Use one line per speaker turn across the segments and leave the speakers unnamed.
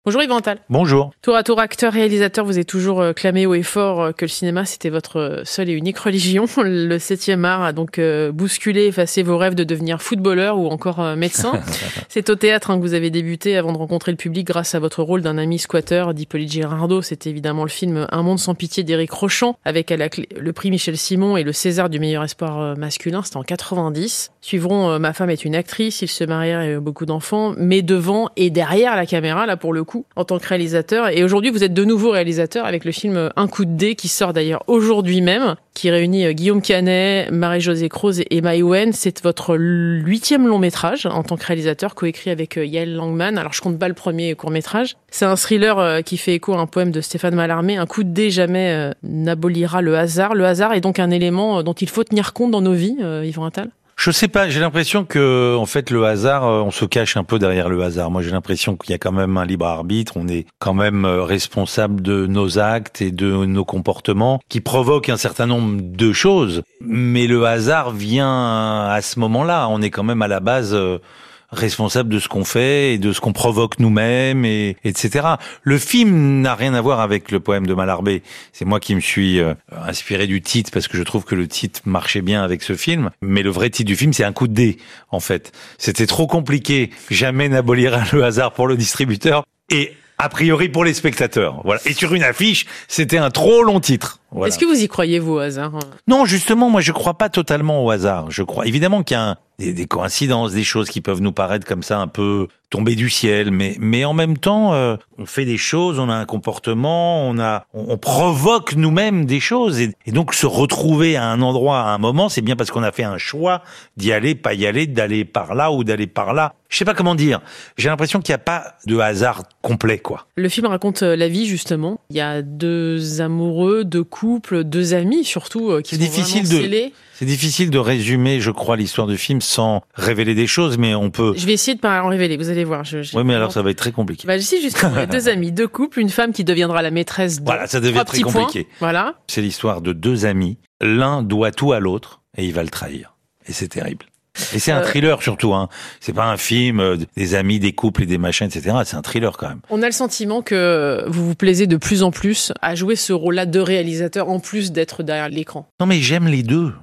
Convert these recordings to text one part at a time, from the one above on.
Bonjour Yvan Attal.
Bonjour.
Tour à tour acteur, réalisateur, vous avez toujours clamé haut et fort que le cinéma c'était votre seule et unique religion. Le 7e art a donc bousculé, effacé vos rêves de devenir footballeur ou encore médecin. C'est au théâtre que vous avez débuté avant de rencontrer le public grâce à votre rôle d'un ami squatter d'Hippolyte Girardot. C'était évidemment le film Un monde sans pitié d'Éric Rochant avec à la clé le prix Michel Simon et le César du meilleur espoir masculin. C'était en 90. Suivront Ma femme est une actrice, Ils se marièrent et beaucoup d'enfants, mais devant et derrière la caméra, là pour le coup, en tant que réalisateur. Et aujourd'hui, vous êtes de nouveau réalisateur avec le film Un coup de dé, qui sort d'ailleurs aujourd'hui même, qui réunit Guillaume Canet, Marie-Josée Croze et Emma Ewen. C'est votre 8e long métrage en tant que réalisateur, coécrit avec Yael Langman. Alors, je compte pas le premier court métrage. C'est un thriller qui fait écho à un poème de Stéphane Mallarmé. Un coup de dé jamais n'abolira le hasard. Le hasard est donc un élément dont il faut tenir compte dans nos vies, Yvan Attal.
Je sais pas, j'ai l'impression que, en fait, le hasard, on se cache un peu derrière le hasard. Moi, j'ai l'impression qu'il y a quand même un libre arbitre, on est quand même responsable de nos actes et de nos comportements qui provoquent un certain nombre de choses. Mais le hasard vient à ce moment-là. On est quand même à la base responsable de ce qu'on fait et de ce qu'on provoque nous-mêmes, et etc. Le film n'a rien à voir avec le poème de Mallarmé. C'est moi qui me suis inspiré du titre parce que je trouve que le titre marchait bien avec ce film. Mais le vrai titre du film, c'est Un coup de dé, en fait. C'était trop compliqué. Jamais n'abolira le hasard pour le distributeur. Et a priori pour les spectateurs. Voilà. Et sur une affiche, c'était un trop long titre. Voilà.
Est-ce que vous y croyez, vous, au hasard ?
Non, justement, moi, je crois pas totalement au hasard. Je crois évidemment qu'il y a des coïncidences, des choses qui peuvent nous paraître comme ça un peu tombées du ciel, mais en même temps, on fait des choses, on a un comportement, on provoque nous-mêmes des choses, et donc se retrouver à un endroit, à un moment, c'est bien parce qu'on a fait un choix d'y aller, pas y aller, d'aller par là ou d'aller par là. Je sais pas comment dire. J'ai l'impression qu'il n'y a pas de hasard complet, quoi.
Le film raconte la vie, justement. Il y a 2 amoureux, 2 couples, 2 amis, surtout, qui sont vraiment scellés.
C'est difficile de résumer, je crois, l'histoire du film sans révéler des choses, mais on peut...
Je vais essayer de pas en révéler, vous allez voir.
Oui, mais alors ça va être très compliqué.
Je sais justement, 2 amis, 2 couples, une femme qui deviendra la maîtresse de...
Voilà, ça devient très compliqué.
Voilà.
C'est l'histoire de 2 amis. L'un doit tout à l'autre et il va le trahir. Et c'est terrible. Et c'est un thriller surtout, hein. C'est pas un film des amis, des couples et des machins, etc. C'est un thriller quand même.
On a le sentiment que vous vous plaisez de plus en plus à jouer ce rôle-là de réalisateur en plus d'être derrière l'écran.
Non, mais j'aime les deux.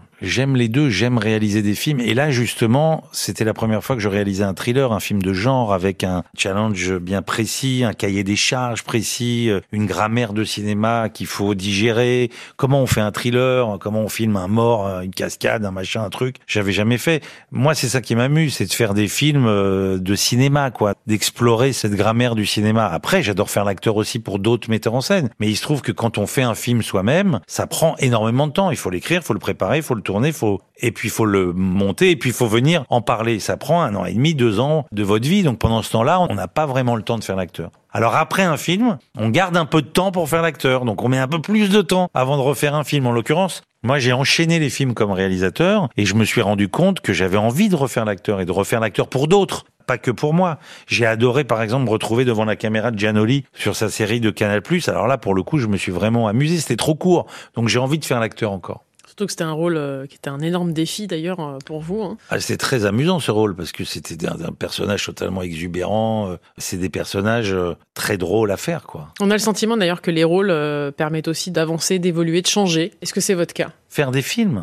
J'aime réaliser des films. Et là, justement, c'était la première fois que je réalisais un thriller, un film de genre avec un challenge bien précis, un cahier des charges précis, une grammaire de cinéma qu'il faut digérer. Comment on fait un thriller, comment on filme un mort, une cascade, un machin, un truc. J'avais jamais fait. Moi, c'est ça qui m'amuse, c'est de faire des films de cinéma, quoi. D'explorer cette grammaire du cinéma. Après, j'adore faire l'acteur aussi pour d'autres metteurs en scène. Mais il se trouve que quand on fait un film soi-même, ça prend énormément de temps. Il faut l'écrire, il faut le préparer, il faut le tourner, et puis il faut le monter, et puis il faut venir en parler. Ça prend 1 an et demi, 2 ans de votre vie. Donc pendant ce temps-là, on n'a pas vraiment le temps de faire l'acteur. Alors après un film, on garde un peu de temps pour faire l'acteur. Donc on met un peu plus de temps avant de refaire un film. En l'occurrence, moi j'ai enchaîné les films comme réalisateur, et je me suis rendu compte que j'avais envie de refaire l'acteur, et de refaire l'acteur pour d'autres. Pas que pour moi. J'ai adoré, par exemple, me retrouver devant la caméra de Giannoli sur sa série de Canal+. Alors là, pour le coup, je me suis vraiment amusé. C'était trop court. Donc j'ai envie de faire l'acteur encore.
Surtout que c'était un rôle qui était un énorme défi d'ailleurs pour vous. Hein.
Ah, c'était très amusant ce rôle parce que c'était un personnage totalement exubérant. C'est des personnages très drôles à faire, quoi.
On a le sentiment d'ailleurs que les rôles permettent aussi d'avancer, d'évoluer, de changer. Est-ce que c'est votre cas ?
Faire des films,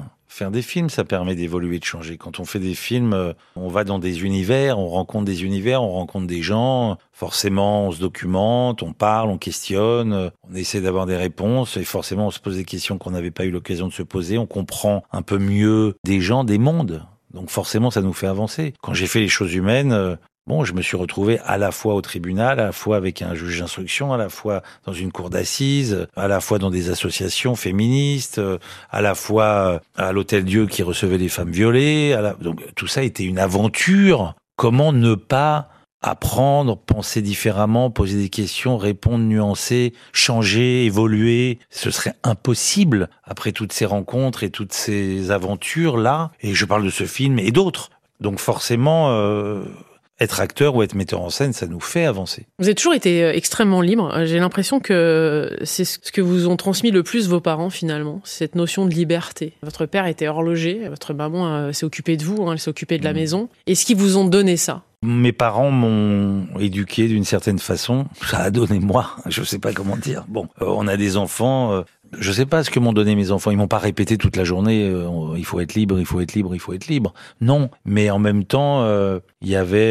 ça permet d'évoluer, de changer. Quand on fait des films, on va dans des univers, on rencontre des gens. Forcément, on se documente, on parle, on questionne, on essaie d'avoir des réponses. Et forcément, on se pose des questions qu'on n'avait pas eu l'occasion de se poser. On comprend un peu mieux des gens, des mondes. Donc forcément, ça nous fait avancer. Quand j'ai fait Les Choses humaines... je me suis retrouvé à la fois au tribunal, à la fois avec un juge d'instruction, à la fois dans une cour d'assises, à la fois dans des associations féministes, à la fois à l'Hôtel-Dieu qui recevait les femmes violées. Donc tout ça était une aventure. Comment ne pas apprendre, penser différemment, poser des questions, répondre, nuancer, changer, évoluer? Ce serait impossible après toutes ces rencontres et toutes ces aventures-là. Et je parle de ce film et d'autres. Donc forcément... être acteur ou être metteur en scène, ça nous fait avancer.
Vous avez toujours été extrêmement libre. J'ai l'impression que c'est ce que vous ont transmis le plus vos parents, finalement, cette notion de liberté. Votre père était horloger, votre maman s'est occupée de vous, elle s'est occupée de la maison. Est-ce qu'ils vous ont donné ça ?
Mes parents m'ont éduqué d'une certaine façon. Ça a donné moi, je sais pas comment dire. Bon, on a des enfants. Je sais pas ce que m'ont donné mes enfants. Ils m'ont pas répété toute la journée. Il faut être libre, il faut être libre, il faut être libre. Non, mais en même temps, il y avait,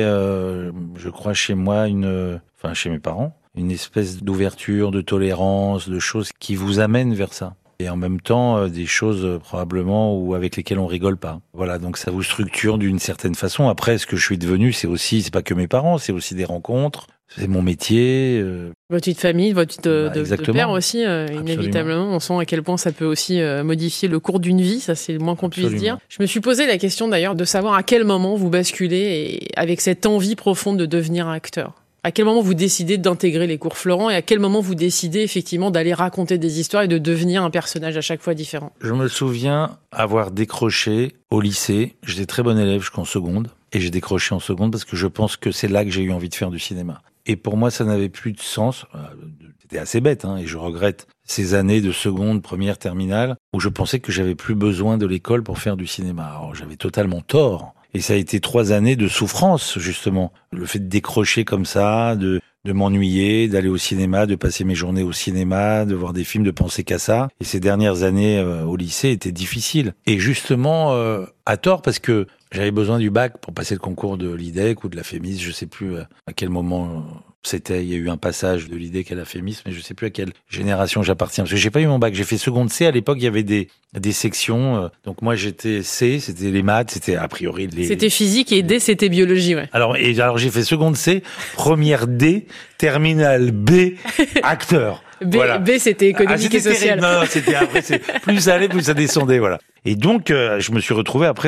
je crois, chez moi chez mes parents, une espèce d'ouverture, de tolérance, de choses qui vous amènent vers ça. Et en même temps, des choses probablement ou avec lesquelles on rigole pas. Voilà, donc ça vous structure d'une certaine façon. Après, ce que je suis devenu, c'est pas que mes parents, c'est aussi des rencontres, c'est mon métier.
Votre vie de famille, votre vie de père aussi,
Absolument.
Inévitablement. On sent à quel point ça peut aussi modifier le cours d'une vie, ça c'est le moins qu'on puisse dire. Je me suis posé la question d'ailleurs de savoir à quel moment vous basculez avec cette envie profonde de devenir acteur. À quel moment vous décidez d'intégrer les cours Florent et à quel moment vous décidez effectivement d'aller raconter des histoires et de devenir un personnage à chaque fois différent?
Je me souviens avoir décroché au lycée. J'étais très bon élève jusqu'en seconde. Et j'ai décroché en seconde parce que je pense que c'est là que j'ai eu envie de faire du cinéma. Et pour moi, ça n'avait plus de sens. C'était assez bête, et je regrette ces années de seconde, première, terminale, où je pensais que j'avais plus besoin de l'école pour faire du cinéma. Alors, j'avais totalement tort. Et ça a été 3 années de souffrance, justement. Le fait de décrocher comme ça, de m'ennuyer, d'aller au cinéma, de passer mes journées au cinéma, de voir des films, de penser qu'à ça. Et ces dernières années au lycée étaient difficiles. Et justement, à tort, parce que j'avais besoin du bac pour passer le concours de l'IDEC ou de la FEMIS, je sais plus à quel moment c'était. Il y a eu un passage de l'IDEC à la FEMIS, mais je sais plus à quelle génération j'appartiens. Parce que j'ai pas eu mon bac, j'ai fait seconde C. À l'époque, il y avait des sections. Donc moi, j'étais C, c'était les maths, c'était a priori
C'était physique et D, c'était biologie, ouais.
Alors j'ai fait seconde C, première D, terminale B, acteur.
Voilà. B, c'était économique et social.
Non, c'était après, plus ça allait, plus ça descendait, voilà. Et donc, je me suis retrouvé après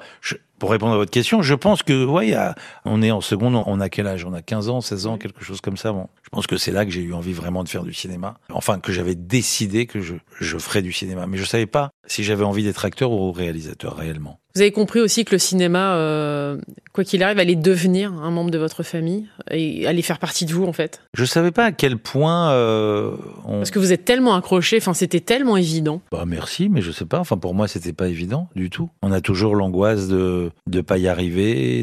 pour répondre à votre question, je pense que, on est en seconde, on a quel âge? On a 15 ans, 16 ans, quelque chose comme ça. Bon, je pense que c'est là que j'ai eu envie vraiment de faire du cinéma. Enfin, que j'avais décidé que je ferais du cinéma. Mais je savais pas si j'avais envie d'être acteur ou réalisateur réellement.
Vous avez compris aussi que le cinéma, quoi qu'il arrive, allait devenir un membre de votre famille et allait faire partie de vous, en fait.
Je savais pas à quel point
Parce que vous êtes tellement accroché, c'était tellement évident.
Bah merci, mais je sais pas. Enfin, pour moi, c'était pas évident du tout. On a toujours l'angoisse de pas y arriver,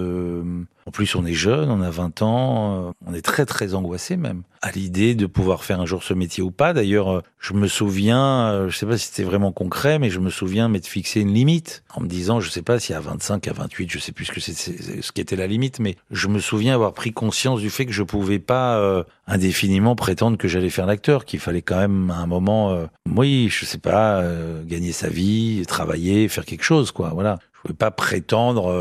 En plus, on est jeune, on a 20 ans, on est très très angoissé même à l'idée de pouvoir faire un jour ce métier ou pas. D'ailleurs, je me souviens, je sais pas si c'était vraiment concret, mais je me souviens m'être fixé une limite en me disant, je sais pas si à 25, à 28, je sais plus ce qui était la limite, mais je me souviens avoir pris conscience du fait que je pouvais pas indéfiniment prétendre que j'allais faire l'acteur, qu'il fallait quand même à un moment, je sais pas, gagner sa vie, travailler, faire quelque chose, quoi. Voilà, je pouvais pas prétendre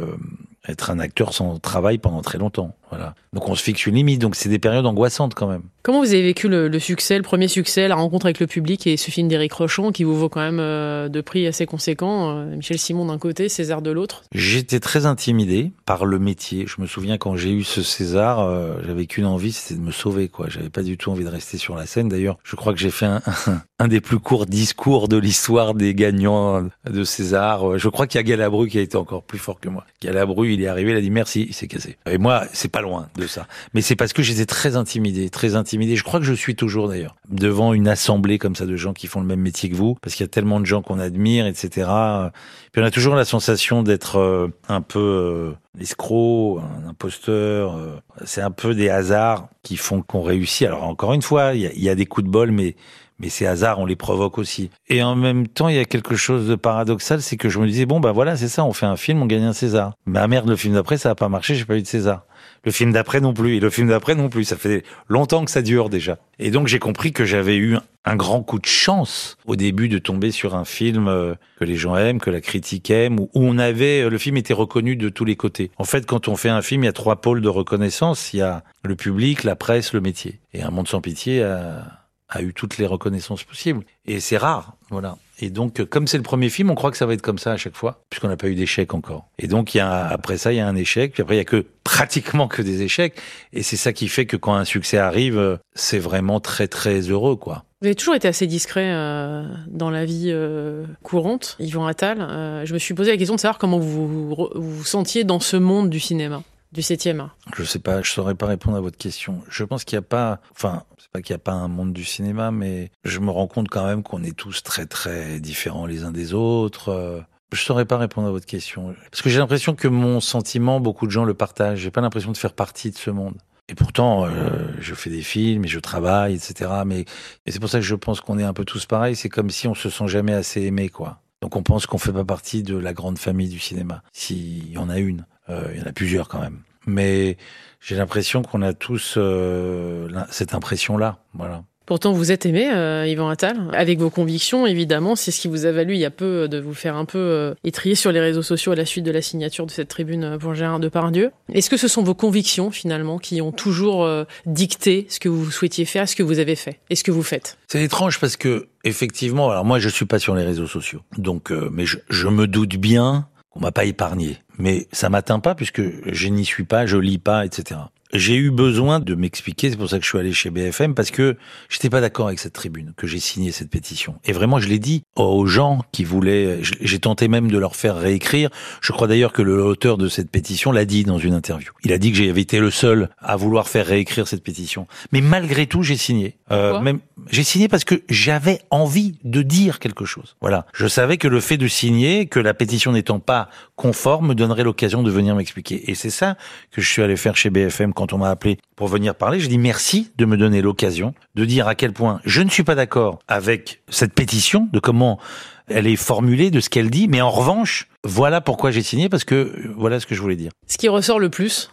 être un acteur sans travail pendant très longtemps. Voilà. Donc on se fixe une limite, donc c'est des périodes angoissantes quand même.
Comment vous avez vécu le succès, le premier succès, la rencontre avec le public et ce film d'Éric Rochon qui vous vaut quand même de prix assez conséquents, Michel Simon d'un côté, César de l'autre? J'étais
très intimidé par le métier. Je me souviens quand j'ai eu ce César, j'avais qu'une envie, c'était de me sauver, quoi. J'avais pas du tout envie de rester sur la scène. D'ailleurs, je crois que j'ai fait un des plus courts discours de l'histoire des gagnants de César. Je crois qu'il y a Galabru qui a été encore plus fort que moi. Galabru, il est arrivé, il a dit merci, il s'est cassé. Et moi, c'est pas loin de ça. Mais c'est parce que j'étais très intimidé, très intimidé. Je crois que je suis toujours d'ailleurs devant une assemblée comme ça de gens qui font le même métier que vous, parce qu'il y a tellement de gens qu'on admire, etc. Puis on a toujours la sensation d'être un peu l'escroc, un imposteur. C'est un peu des hasards qui font qu'on réussit. Alors encore une fois, il y a des coups de bol, mais ces hasards, on les provoque aussi. Et en même temps, il y a quelque chose de paradoxal, c'est que je me disais, voilà, c'est ça, on fait un film, on gagne un César. Mais merde, le film d'après, ça a pas marché, j'ai pas eu de César. Le film d'après non plus, et le film d'après non plus. Ça fait longtemps que ça dure déjà. Et donc j'ai compris que j'avais eu un grand coup de chance au début de tomber sur un film que les gens aiment, que la critique aime, où le film était reconnu de tous les côtés. En fait, quand on fait un film, il y a 3 pôles de reconnaissance. Il y a le public, la presse, le métier. Et Un Monde sans pitié a eu toutes les reconnaissances possibles. Et c'est rare, voilà. Et donc, comme c'est le premier film, on croit que ça va être comme ça à chaque fois, puisqu'on n'a pas eu d'échec encore. Et donc, après ça, il y a un échec, puis après, il y a pratiquement que des échecs. Et c'est ça qui fait que quand un succès arrive, c'est vraiment très, très heureux, quoi.
Vous avez toujours été assez discret dans la vie courante, Yvan Attal. Je me suis posé la question de savoir comment vous sentiez dans ce monde du cinéma, du 7e art.
Je sais pas, je saurais pas répondre à votre question. Je pense qu'il y a pas, c'est pas qu'il y a pas un monde du cinéma, mais je me rends compte quand même qu'on est tous très très différents les uns des autres. Je saurais pas répondre à votre question. Parce que j'ai l'impression que mon sentiment, beaucoup de gens le partagent. J'ai pas l'impression de faire partie de ce monde. Et pourtant, je fais des films et je travaille, etc. Et c'est pour ça que je pense qu'on est un peu tous pareils. C'est comme si on se sent jamais assez aimé, quoi. Donc on pense qu'on fait pas partie de la grande famille du cinéma. S'il y en a une. Il y en a plusieurs quand même. Mais j'ai l'impression qu'on a tous cette impression-là. Voilà.
Pourtant, vous êtes aimé, Yvan Attal, avec vos convictions, évidemment. C'est ce qui vous a valu il y a peu de vous faire un peu étrier sur les réseaux sociaux à la suite de la signature de cette tribune pour Gérard Depardieu. Est-ce que ce sont vos convictions, finalement, qui ont toujours dicté ce que vous souhaitiez faire, ce que vous avez fait et ce que vous faites?
C'est étrange parce que, effectivement, alors moi, je suis pas sur les réseaux sociaux. Donc, mais je me doute bien qu'on m'a pas épargné. Mais ça m'atteint pas puisque je n'y suis pas, je lis pas, etc. J'ai eu besoin de m'expliquer, c'est pour ça que je suis allé chez BFM, parce que j'étais pas d'accord avec cette tribune, que j'ai signé cette pétition. Et vraiment, je l'ai dit aux gens qui voulaient, j'ai tenté même de leur faire réécrire. Je crois d'ailleurs que l'auteur de cette pétition l'a dit dans une interview. Il a dit que j'avais été le seul à vouloir faire réécrire cette pétition. Mais malgré tout, j'ai signé. J'ai signé parce que j'avais envie de dire quelque chose. Voilà. Je savais que le fait de signer, que la pétition n'étant pas conforme, me donnerait l'occasion de venir m'expliquer. Et c'est ça que je suis allé faire chez BFM quand on m'a appelé pour venir parler. J'ai dit merci de me donner l'occasion de dire à quel point je ne suis pas d'accord avec cette pétition, de comment elle est formulée, de ce qu'elle dit, mais en revanche, voilà pourquoi j'ai signé, parce que voilà ce que je voulais dire.
Ce qui ressort le plus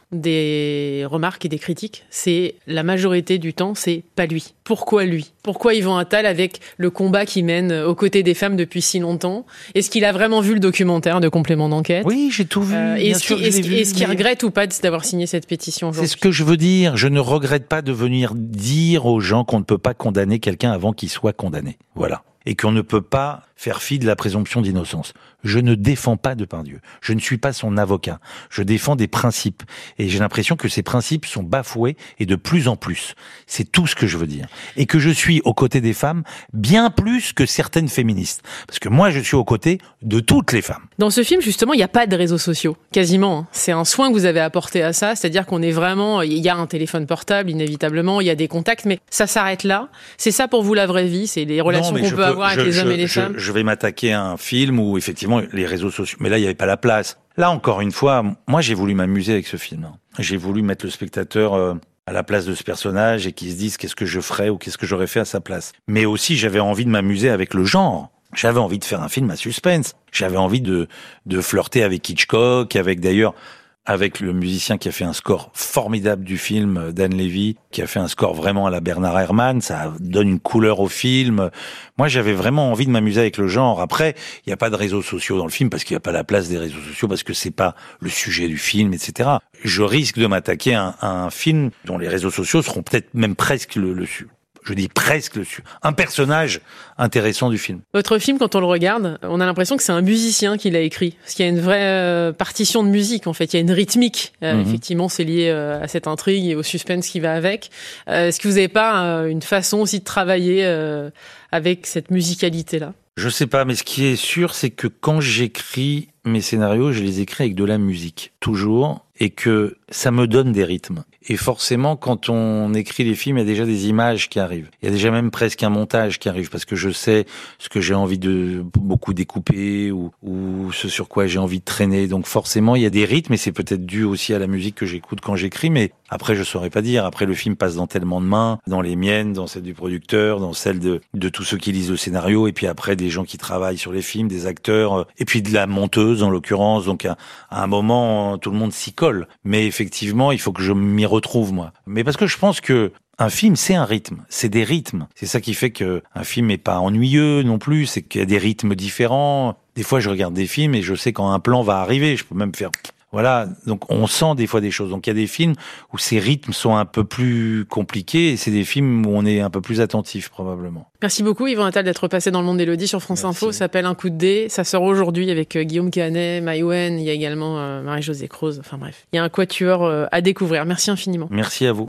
des remarques et des critiques, c'est la majorité du temps, c'est pas lui. Pourquoi lui? Pourquoi Yvan Attal avec le combat qu'il mène aux côtés des femmes depuis si longtemps? Est-ce qu'il a vraiment vu le documentaire de Complément d'enquête?
Oui, j'ai tout vu.
Est-ce qu'il regrette ou pas d'avoir signé cette pétition aujourd'hui?
C'est ce que je veux dire. Je ne regrette pas de venir dire aux gens qu'on ne peut pas condamner quelqu'un avant qu'il soit condamné. Voilà. Et qu'on ne peut pas faire fi de la présomption d'innocence. Je ne défends pas Depardieu. Je ne suis pas son avocat. Je défends des principes. Et j'ai l'impression que ces principes sont bafoués et de plus en plus. C'est tout ce que je veux dire. Et que je suis aux côtés des femmes bien plus que certaines féministes. Parce que moi, je suis aux côtés de toutes les femmes.
Dans ce film, justement, il n'y a pas de réseaux sociaux. Quasiment. C'est un soin que vous avez apporté à ça. C'est-à-dire qu'on est vraiment, il y a un téléphone portable, inévitablement, il y a des contacts, mais ça s'arrête là. C'est ça pour vous la vraie vie? C'est les relations qu'on peut avoir avec les hommes et les femmes?
Je vais m'attaquer à un film où, effectivement, les réseaux sociaux, mais là, il n'y avait pas la place. Là, encore une fois, moi, j'ai voulu m'amuser avec ce film. J'ai voulu mettre le spectateur à la place de ce personnage et qu'il se dise qu'est-ce que je ferais ou qu'est-ce que j'aurais fait à sa place. Mais aussi, j'avais envie de m'amuser avec le genre. J'avais envie de faire un film à suspense. J'avais envie de flirter avec Hitchcock, avec le musicien qui a fait un score formidable du film, Dan Levy, qui a fait un score vraiment à la Bernard Herrmann, ça donne une couleur au film. Moi, j'avais vraiment envie de m'amuser avec le genre. Après, il n'y a pas de réseaux sociaux dans le film, parce qu'il n'y a pas la place des réseaux sociaux, parce que c'est pas le sujet du film, etc. Je risque de m'attaquer à un film dont les réseaux sociaux seront peut-être même presque je dis presque un personnage intéressant du film.
Votre film, quand on le regarde, on a l'impression que c'est un musicien qui l'a écrit. Parce qu'il y a une vraie partition de musique, en fait. Il y a une rythmique. Effectivement, c'est lié à cette intrigue et au suspense qui va avec. Est-ce que vous n'avez pas une façon aussi de travailler avec cette musicalité-là?
Je sais pas, mais ce qui est sûr, c'est que quand j'écris mes scénarios, je les écris avec de la musique. Toujours. Et que ça me donne des rythmes. Et forcément, quand on écrit les films, il y a déjà des images qui arrivent. Il y a déjà même presque un montage qui arrive, parce que je sais ce que j'ai envie de beaucoup découper ou ce sur quoi j'ai envie de traîner. Donc forcément, il y a des rythmes, et c'est peut-être dû aussi à la musique que j'écoute quand j'écris, mais après, je saurais pas dire. Après, le film passe dans tellement de mains, dans les miennes, dans celles du producteur, dans celles de tous ceux qui lisent le scénario, et puis après, des gens qui travaillent sur les films, des acteurs, et puis de la monteuse, en l'occurrence. Donc à un moment, tout le monde s'y colle. Mais effectivement, il faut que je m'y retrouve, moi. Mais parce que je pense que un film, c'est un rythme, c'est des rythmes. C'est ça qui fait que un film n'est pas ennuyeux non plus, c'est qu'il y a des rythmes différents. Des fois, je regarde des films et je sais quand un plan va arriver, je peux même faire... Voilà, donc on sent des fois des choses. Donc il y a des films où ces rythmes sont un peu plus compliqués, et c'est des films où on est un peu plus attentif, probablement.
Merci beaucoup, Yvan Attal, d'être passé dans le monde d'Élodie sur France Info. Ça s'appelle Un coup de dé. Ça sort aujourd'hui avec Guillaume Canet, Maïwenn, il y a également Marie-Josée Croze. Enfin bref, il y a un quatuor à découvrir. Merci infiniment.
Merci à vous.